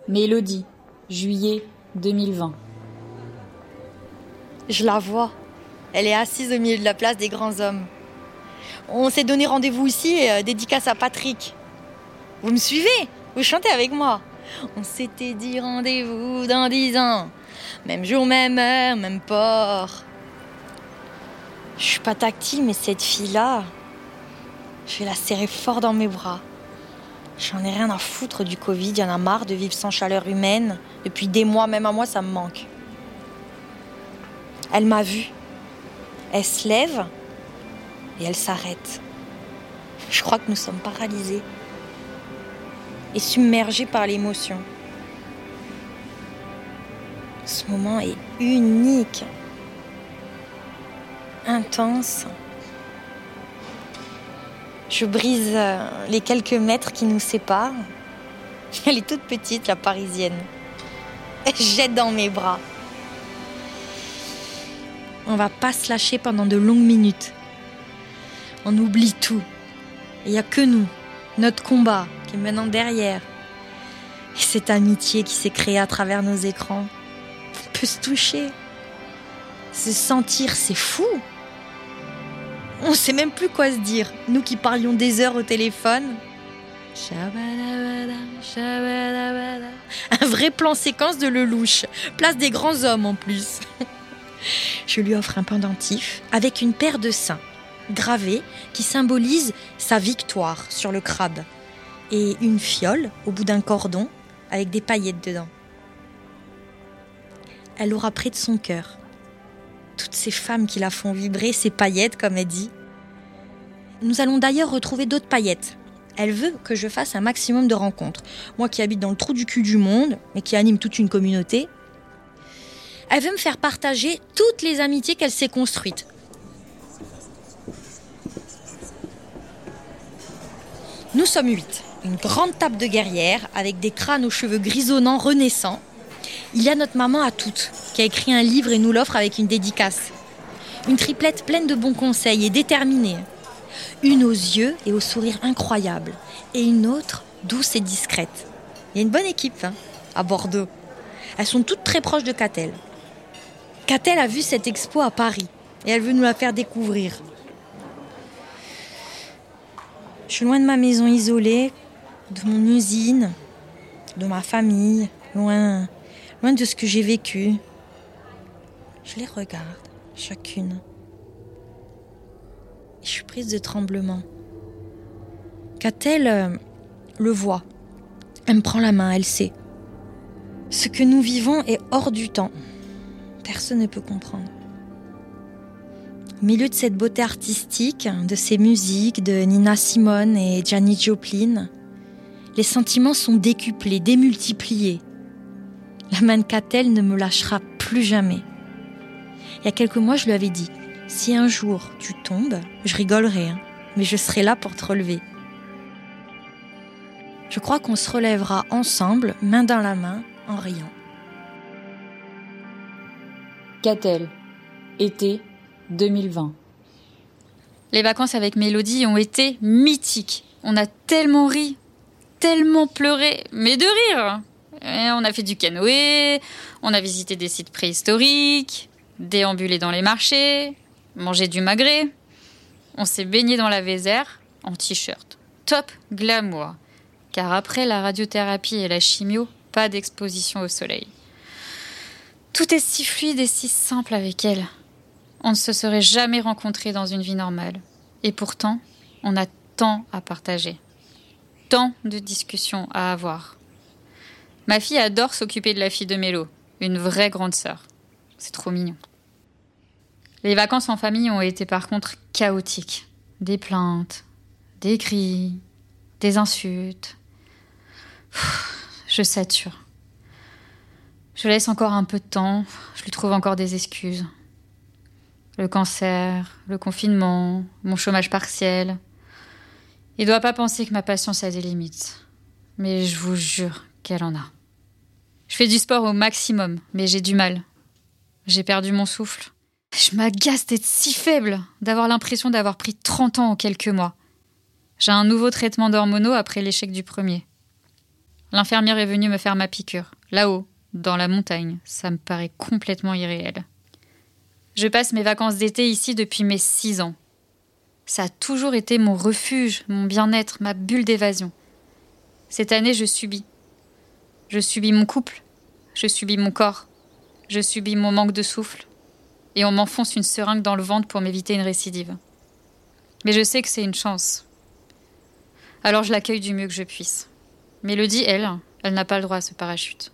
Mélodie, juillet 2020. Je la vois. Elle est assise au milieu de la place des grands hommes. On s'est donné rendez-vous ici, dédicace à Patrick. Vous me suivez? Vous chantez avec moi? On s'était dit rendez-vous dans 10 ans. Même jour, même heure, même port. Je suis pas tactile, mais cette fille-là, je vais la serrer fort dans mes bras. J'en ai rien à foutre du Covid, il y en a marre de vivre sans chaleur humaine. Depuis des mois, même à moi, ça me manque. Elle m'a vue. Elle se lève et elle s'arrête. Je crois que nous sommes paralysés et submergés par l'émotion. Ce moment est unique, intense. Je brise les quelques mètres qui nous séparent. Elle est toute petite, la Parisienne. Elle jette dans mes bras. On va pas se lâcher pendant de longues minutes. On oublie tout. Il n'y a que nous, notre combat qui est maintenant derrière. Et cette amitié qui s'est créée à travers nos écrans. On peut se toucher, se sentir, c'est fou. On sait même plus quoi se dire, nous qui parlions des heures au téléphone. Un vrai plan séquence de Lelouch, place des grands hommes en plus. Je lui offre un pendentif avec une paire de seins gravés qui symbolise sa victoire sur le crabe et une fiole au bout d'un cordon avec des paillettes dedans. Elle l'aura près de son cœur. Toutes ces femmes qui la font vibrer, ces paillettes, comme elle dit. Nous allons d'ailleurs retrouver d'autres paillettes. Elle veut que je fasse un maximum de rencontres. Moi qui habite dans le trou du cul du monde, mais qui anime toute une communauté, elle veut me faire partager toutes les amitiés qu'elle s'est construites. Nous sommes 8. Une grande table de guerrières avec des crânes aux cheveux grisonnants renaissants. Il y a notre maman à toutes, qui a écrit un livre et nous l'offre avec une dédicace. Une triplette pleine de bons conseils et déterminée. Une aux yeux et au sourire incroyable. Et une autre douce et discrète. Il y a une bonne équipe à Bordeaux. Elles sont toutes très proches de Catel. Catel a vu cette expo à Paris et elle veut nous la faire découvrir. Je suis loin de ma maison isolée, de mon usine, de ma famille, loin de ce que j'ai vécu. Je les regarde, chacune. Et je suis prise de tremblement. Catel le voit. Elle me prend la main, elle sait. Ce que nous vivons est hors du temps. Personne ne peut comprendre. Au milieu de cette beauté artistique, de ces musiques de Nina Simone et Janis Joplin, les sentiments sont décuplés, démultipliés. La main de Catel ne me lâchera plus jamais. Il y a quelques mois, je lui avais dit, si un jour tu tombes, je rigolerai, mais je serai là pour te relever. Je crois qu'on se relèvera ensemble, main dans la main, en riant. Catel, été 2020. Les vacances avec Mélodie ont été mythiques. On a tellement ri, tellement pleuré, mais de rire. Et on a fait du canoë, on a visité des sites préhistoriques, déambulé dans les marchés, mangé du magret. On s'est baigné dans la Vézère en t-shirt. Top glamour. Car après la radiothérapie et la chimio, pas d'exposition au soleil. Tout est si fluide et si simple avec elle. On ne se serait jamais rencontrés dans une vie normale. Et pourtant, on a tant à partager. Tant de discussions à avoir. Ma fille adore s'occuper de la fille de Mélo, une vraie grande sœur. C'est trop mignon. Les vacances en famille ont été par contre chaotiques. Des plaintes, des cris, des insultes. Je sature. Je laisse encore un peu de temps, je lui trouve encore des excuses. Le cancer, le confinement, mon chômage partiel. Il doit pas penser que ma patience a des limites. Mais je vous jure qu'elle en a. Je fais du sport au maximum, mais j'ai du mal. J'ai perdu mon souffle. Je m'agace d'être si faible, d'avoir l'impression d'avoir pris 30 ans en quelques mois. J'ai un nouveau traitement d'hormonaux après l'échec du premier. L'infirmière est venue me faire ma piqûre. Là-haut, dans la montagne, ça me paraît complètement irréel. Je passe mes vacances d'été ici depuis mes 6 ans. Ça a toujours été mon refuge, mon bien-être, ma bulle d'évasion. Cette année, je subis. Je subis mon couple, je subis mon corps, je subis mon manque de souffle. Et on m'enfonce une seringue dans le ventre pour m'éviter une récidive. Mais je sais que c'est une chance. Alors je l'accueille du mieux que je puisse. Mélodie, elle n'a pas le droit à ce parachute.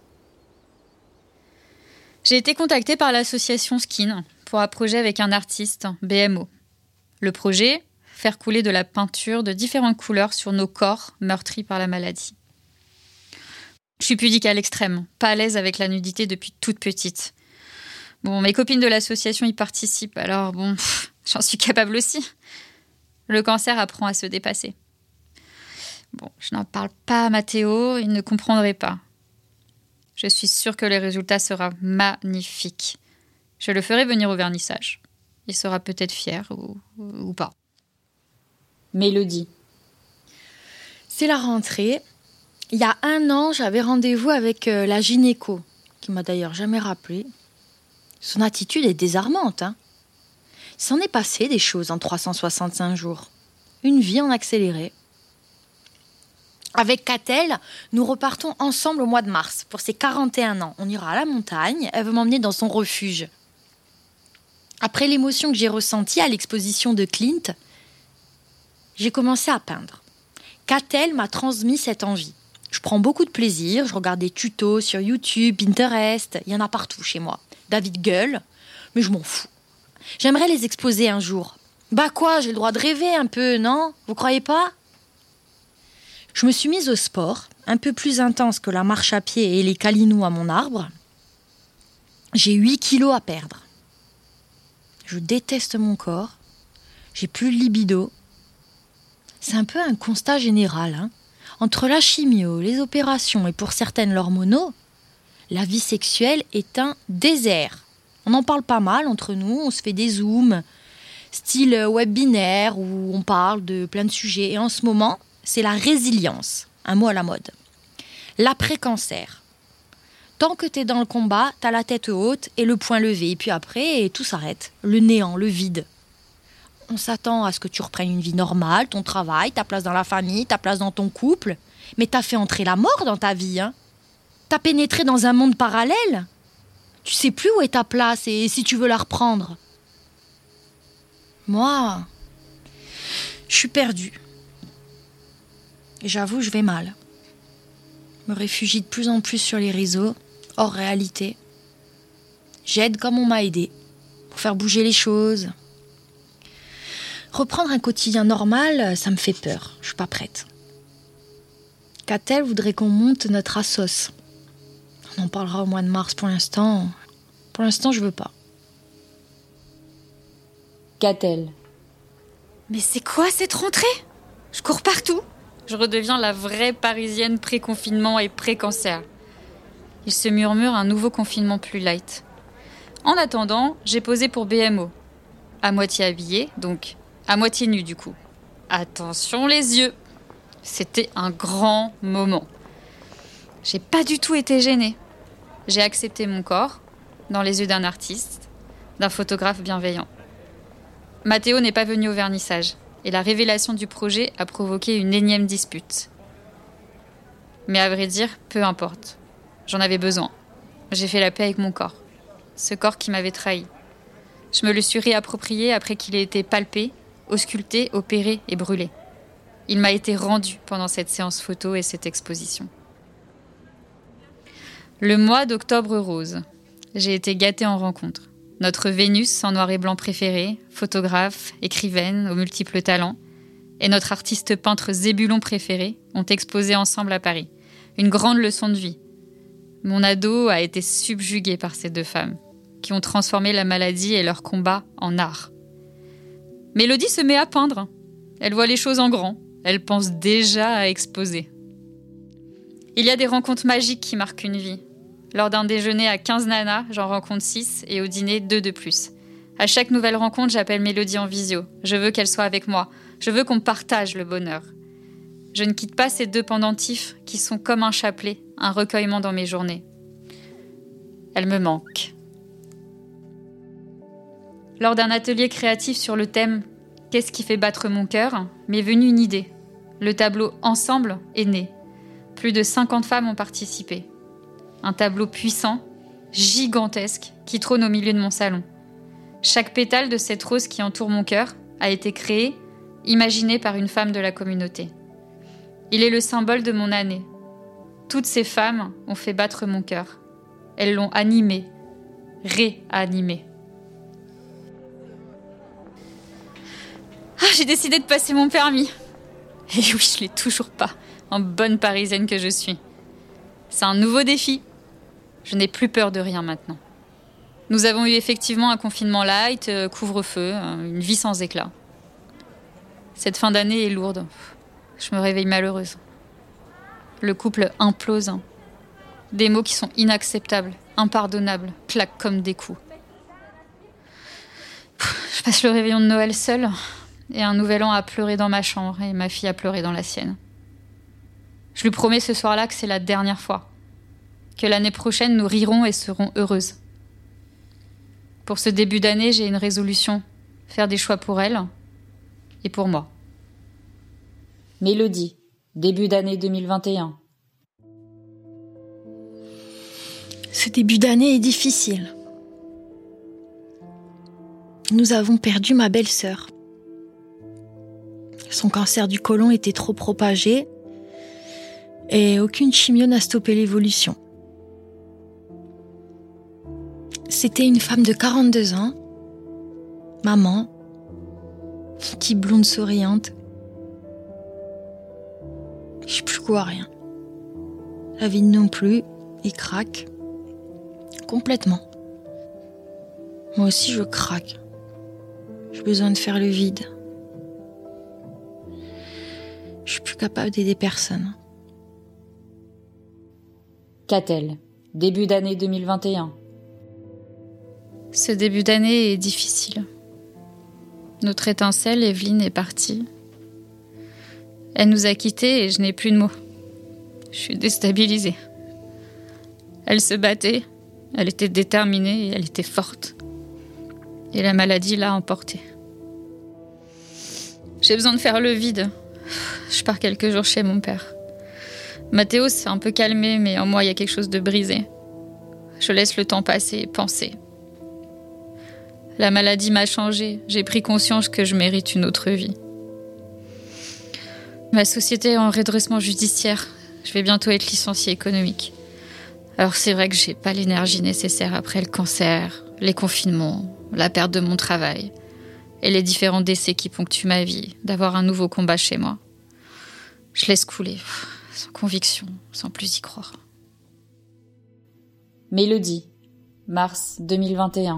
J'ai été contactée par l'association Skin pour un projet avec un artiste, BMO. Le projet, faire couler de la peinture de différentes couleurs sur nos corps meurtris par la maladie. Je suis pudique à l'extrême, pas à l'aise avec la nudité depuis toute petite. Bon, mes copines de l'association y participent, alors bon, j'en suis capable aussi. Le cancer apprend à se dépasser. Bon, je n'en parle pas à Mathéo, il ne comprendrait pas. Je suis sûre que le résultat sera magnifique. Je le ferai venir au vernissage. Il sera peut-être fier ou pas. Mélodie. C'est la rentrée. Il y a 1 an, j'avais rendez-vous avec la gynéco, qui m'a d'ailleurs jamais rappelé. Son attitude est désarmante. Il s'en est passé des choses en 365 jours. Une vie en accéléré. Avec Catel, nous repartons ensemble au mois de mars pour ses 41 ans. On ira à la montagne, elle veut m'emmener dans son refuge. Après l'émotion que j'ai ressentie à l'exposition de Clint, j'ai commencé à peindre. Catel m'a transmis cette envie. Je prends beaucoup de plaisir, je regarde des tutos sur YouTube, Pinterest, il y en a partout chez moi. David gueule, mais je m'en fous. J'aimerais les exposer un jour. Bah quoi, j'ai le droit de rêver un peu, non ? Vous croyez pas ? Je me suis mise au sport, un peu plus intense que la marche à pied et les câlinous à mon arbre. J'ai 8 kilos à perdre. Je déteste mon corps, j'ai plus de libido. C'est un peu un constat général, Entre la chimio, les opérations et pour certaines l'hormono, la vie sexuelle est un désert. On en parle pas mal entre nous, on se fait des zooms, style web binaire, où on parle de plein de sujets. Et en ce moment, c'est la résilience, un mot à la mode. L'après-cancer. Tant que t'es dans le combat, t'as la tête haute et le poing levé. Et puis après, tout s'arrête. Le néant, le vide. On s'attend à ce que tu reprennes une vie normale, ton travail, ta place dans la famille, ta place dans ton couple. Mais t'as fait entrer la mort dans ta vie, T'as pénétré dans un monde parallèle. Tu sais plus où est ta place et si tu veux la reprendre. Moi, je suis perdue. Et j'avoue, je vais mal. Je me réfugie de plus en plus sur les réseaux, hors réalité. J'aide comme on m'a aidé, pour faire bouger les choses. Reprendre un quotidien normal, ça me fait peur. Je suis pas prête. Catel voudrait qu'on monte notre assos. On en parlera au mois de mars pour l'instant. Pour l'instant, je veux pas. Catel. Mais c'est quoi cette rentrée ? Je cours partout. Je redeviens la vraie Parisienne pré-confinement et pré-cancer. Il se murmure un nouveau confinement plus light. En attendant, j'ai posé pour BMO. À moitié habillée, donc à moitié nue du coup. Attention les yeux. C'était un grand moment. J'ai pas du tout été gênée. J'ai accepté mon corps, dans les yeux d'un artiste, d'un photographe bienveillant. Mathéo n'est pas venu au vernissage, et la révélation du projet a provoqué une énième dispute. Mais à vrai dire, peu importe. J'en avais besoin. J'ai fait la paix avec mon corps. Ce corps qui m'avait trahi. Je me le suis réapproprié après qu'il ait été palpé, ausculté, opéré et brûlé. Il m'a été rendu pendant cette séance photo et cette exposition. Le mois d'octobre rose. J'ai été gâtée en rencontre. Notre Vénus en noir et blanc préférée, photographe, écrivaine aux multiples talents, et notre artiste peintre Zébulon préféré ont exposé ensemble à Paris. Une grande leçon de vie. Mon ado a été subjugué par ces 2 femmes, qui ont transformé la maladie et leur combat en art. Mélodie se met à peindre. Elle voit les choses en grand. Elle pense déjà à exposer. Il y a des rencontres magiques qui marquent une vie. Lors d'un déjeuner à 15 nanas, j'en rencontre 6 et au dîner 2 de plus. À chaque nouvelle rencontre, j'appelle Mélodie en visio. Je veux qu'elle soit avec moi. Je veux qu'on partage le bonheur. je ne quitte pas ces deux pendentifs qui sont comme un chapelet, un recueillement dans mes journées. Elles me manquent. Lors d'un atelier créatif sur le thème « Qu'est-ce qui fait battre mon cœur ?», m'est venue une idée. Le tableau « Ensemble » est né. Plus de 50 femmes ont participé. Un tableau puissant, gigantesque, qui trône au milieu de mon salon. Chaque pétale de cette rose qui entoure mon cœur a été créé, imaginé par une femme de la communauté. Il est le symbole de mon année. Toutes ces femmes ont fait battre mon cœur. Elles l'ont animé, réanimé. J'ai décidé de passer mon permis. Et oui, je l'ai toujours pas, en bonne parisienne que je suis. C'est un nouveau défi. Je n'ai plus peur de rien maintenant. Nous avons eu effectivement un confinement light, couvre-feu, une vie sans éclat. Cette fin d'année est lourde. Je me réveille malheureuse. Le couple implose. Des mots qui sont inacceptables, impardonnables, claquent comme des coups. Je passe le réveillon de Noël seule et un nouvel an à pleurer dans ma chambre et ma fille à pleurer dans la sienne. Je lui promets ce soir-là que c'est la dernière fois. Que l'année prochaine, nous rirons et serons heureuses. Pour ce début d'année, j'ai une résolution. Faire des choix pour elle et pour moi. Mélodie, début d'année 2021. Ce début d'année est difficile. Nous avons perdu ma belle-sœur. Son cancer du côlon était trop propagé et aucune chimio n'a stoppé l'évolution. C'était une femme de 42 ans, maman, petite blonde souriante. Je sais plus quoi, rien. La vie non plus, il craque. Complètement. Moi aussi je craque. J'ai besoin de faire le vide. Je suis plus capable d'aider personne. Catel, début d'année 2021. Ce début d'année est difficile. Notre étincelle, Evelyne, est partie. Elle nous a quittés et je n'ai plus de mots. Je suis déstabilisée. Elle se battait, elle était déterminée et elle était forte. Et la maladie l'a emportée. J'ai besoin de faire le vide. Je pars quelques jours chez mon père. Mathéo s'est un peu calmé, mais en moi, il y a quelque chose de brisé. Je laisse le temps passer et penser. La maladie m'a changée. J'ai pris conscience que je mérite une autre vie. Ma société est en redressement judiciaire. Je vais bientôt être licenciée économique. Alors c'est vrai que j'ai pas l'énergie nécessaire après le cancer, les confinements, la perte de mon travail et les différents décès qui ponctuent ma vie, d'avoir un nouveau combat chez moi. Je laisse couler, sans conviction, sans plus y croire. Mélodie, mars 2021.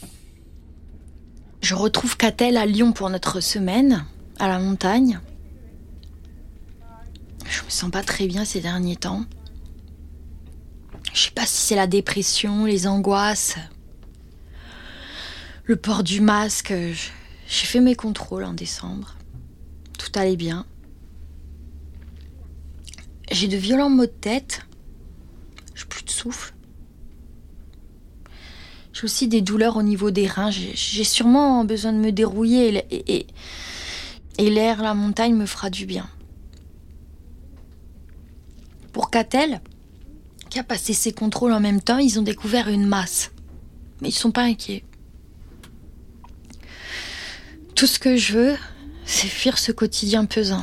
Je retrouve Catel à Lyon pour notre semaine, à la montagne. Je me sens pas très bien ces derniers temps. Je sais pas si c'est la dépression, les angoisses, le port du masque. J'ai fait mes contrôles en décembre. Tout allait bien. J'ai de violents maux de tête. J'ai plus de souffle. J'ai aussi des douleurs au niveau des reins. J'ai sûrement besoin de me dérouiller et l'air, la montagne me fera du bien. Pour Catel, qui a passé ses contrôles en même temps, ils ont découvert une masse. Mais ils sont pas inquiets. Tout ce que je veux, c'est fuir ce quotidien pesant.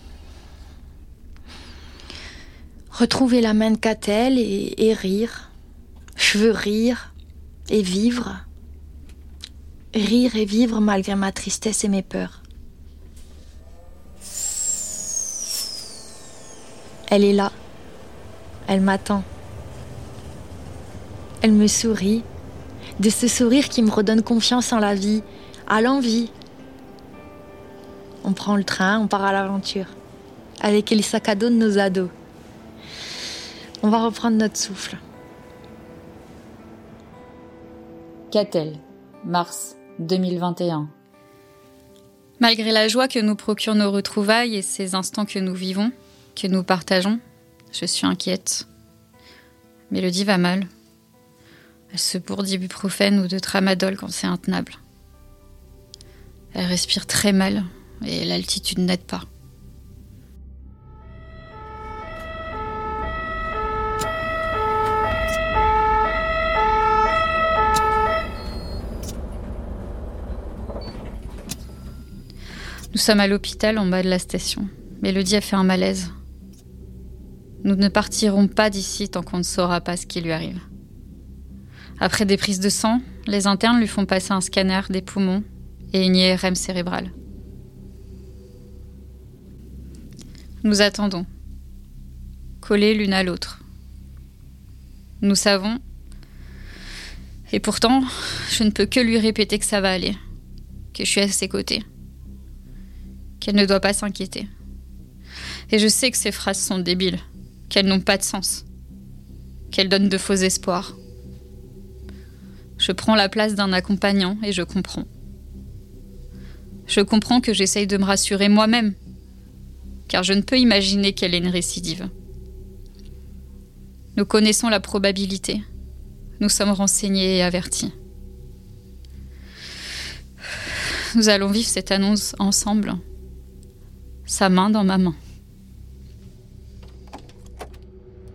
Retrouver la main de Catel et rire. Je veux rire et vivre. Rire et vivre malgré ma tristesse et mes peurs. Elle est là. Elle m'attend. Elle me sourit. De ce sourire qui me redonne confiance en la vie, à l'envie. On prend le train, on part à l'aventure. Avec les sacs à dos de nos ados. On va reprendre notre souffle. Catel, mars 2021. Malgré la joie que nous procurent nos retrouvailles et ces instants que nous vivons, que nous partageons, je suis inquiète. Mélodie va mal. Elle se bourre d'ibuprofène ou de tramadol quand c'est intenable. Elle respire très mal et l'altitude n'aide pas. Nous sommes à l'hôpital en bas de la station. Mélodie a fait un malaise. Nous ne partirons pas d'ici tant qu'on ne saura pas ce qui lui arrive. Après des prises de sang, les internes lui font passer un scanner des poumons et une IRM cérébrale. Nous attendons, collés l'une à l'autre. Nous savons, et pourtant, je ne peux que lui répéter que ça va aller, que je suis à ses côtés, qu'elle ne doit pas s'inquiéter. Et je sais que ces phrases sont débiles, qu'elles n'ont pas de sens, qu'elles donnent de faux espoirs. Je prends la place d'un accompagnant et je comprends. Je comprends que j'essaye de me rassurer moi-même, car je ne peux imaginer qu'elle ait une récidive. Nous connaissons la probabilité. Nous sommes renseignés et avertis. Nous allons vivre cette annonce ensemble. Sa main dans ma main. Qu'a-t-elle ?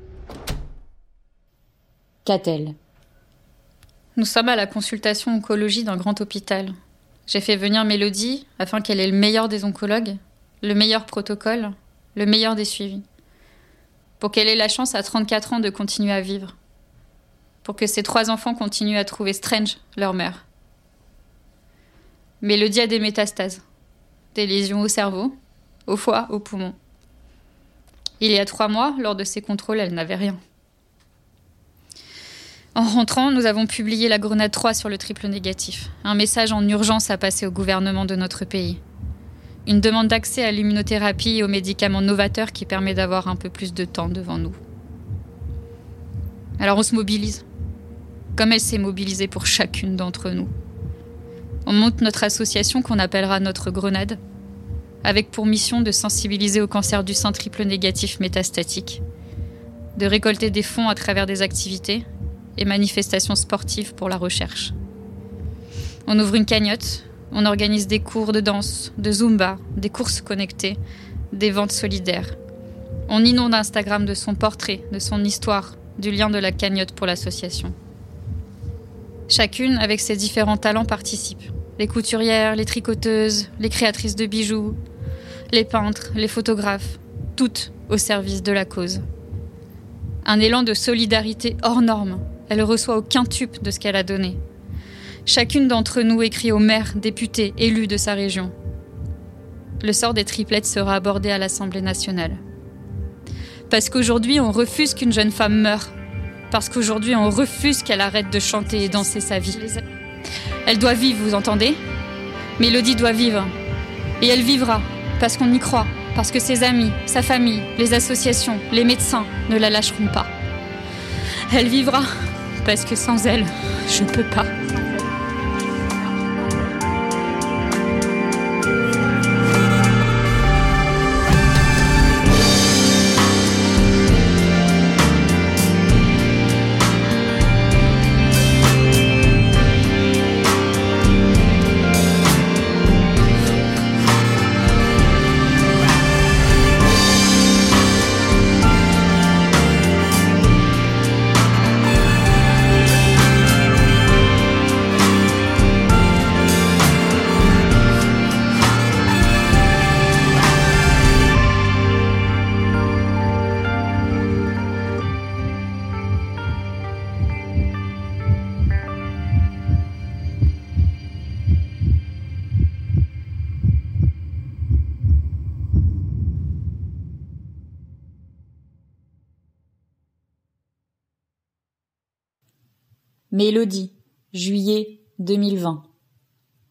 Nous sommes à la consultation oncologie d'un grand hôpital. J'ai fait venir Mélodie afin qu'elle ait le meilleur des oncologues, le meilleur protocole, le meilleur des suivis. Pour qu'elle ait la chance à 34 ans de continuer à vivre. Pour que ses 3 enfants continuent à trouver strange leur mère. Mélodie a des métastases, des lésions au cerveau, au foie, aux poumons. Il y a 3 mois, lors de ses contrôles, elle n'avait rien. En rentrant, nous avons publié la grenade 3 sur le triple négatif. Un message en urgence à passer au gouvernement de notre pays. Une demande d'accès à l'immunothérapie et aux médicaments novateurs qui permet d'avoir un peu plus de temps devant nous. Alors on se mobilise, comme elle s'est mobilisée pour chacune d'entre nous. On monte notre association qu'on appellera notre grenade, avec pour mission de sensibiliser au cancer du sein triple négatif métastatique, de récolter des fonds à travers des activités et manifestations sportives pour la recherche. On ouvre une cagnotte, on organise des cours de danse, de zumba, des courses connectées, des ventes solidaires. On inonde Instagram de son portrait, de son histoire, du lien de la cagnotte pour l'association. Chacune, avec ses différents talents, participe. Les couturières, les tricoteuses, les créatrices de bijoux, les peintres, les photographes, toutes au service de la cause. Un élan de solidarité hors norme. Elle ne reçoit aucun tup de ce qu'elle a donné. Chacune d'entre nous écrit aux maires, députés, élus de sa région. Le sort des triplettes sera abordé à l'Assemblée nationale. Parce qu'aujourd'hui, on refuse qu'une jeune femme meure. Parce qu'aujourd'hui, on refuse qu'elle arrête de chanter et danser sa vie. Elle doit vivre, vous entendez ? Mélodie doit vivre. Et elle vivra, parce qu'on y croit, parce que ses amis, sa famille, les associations, les médecins ne la lâcheront pas. Elle vivra, parce que sans elle, je ne peux pas. Mélodie, juillet 2020.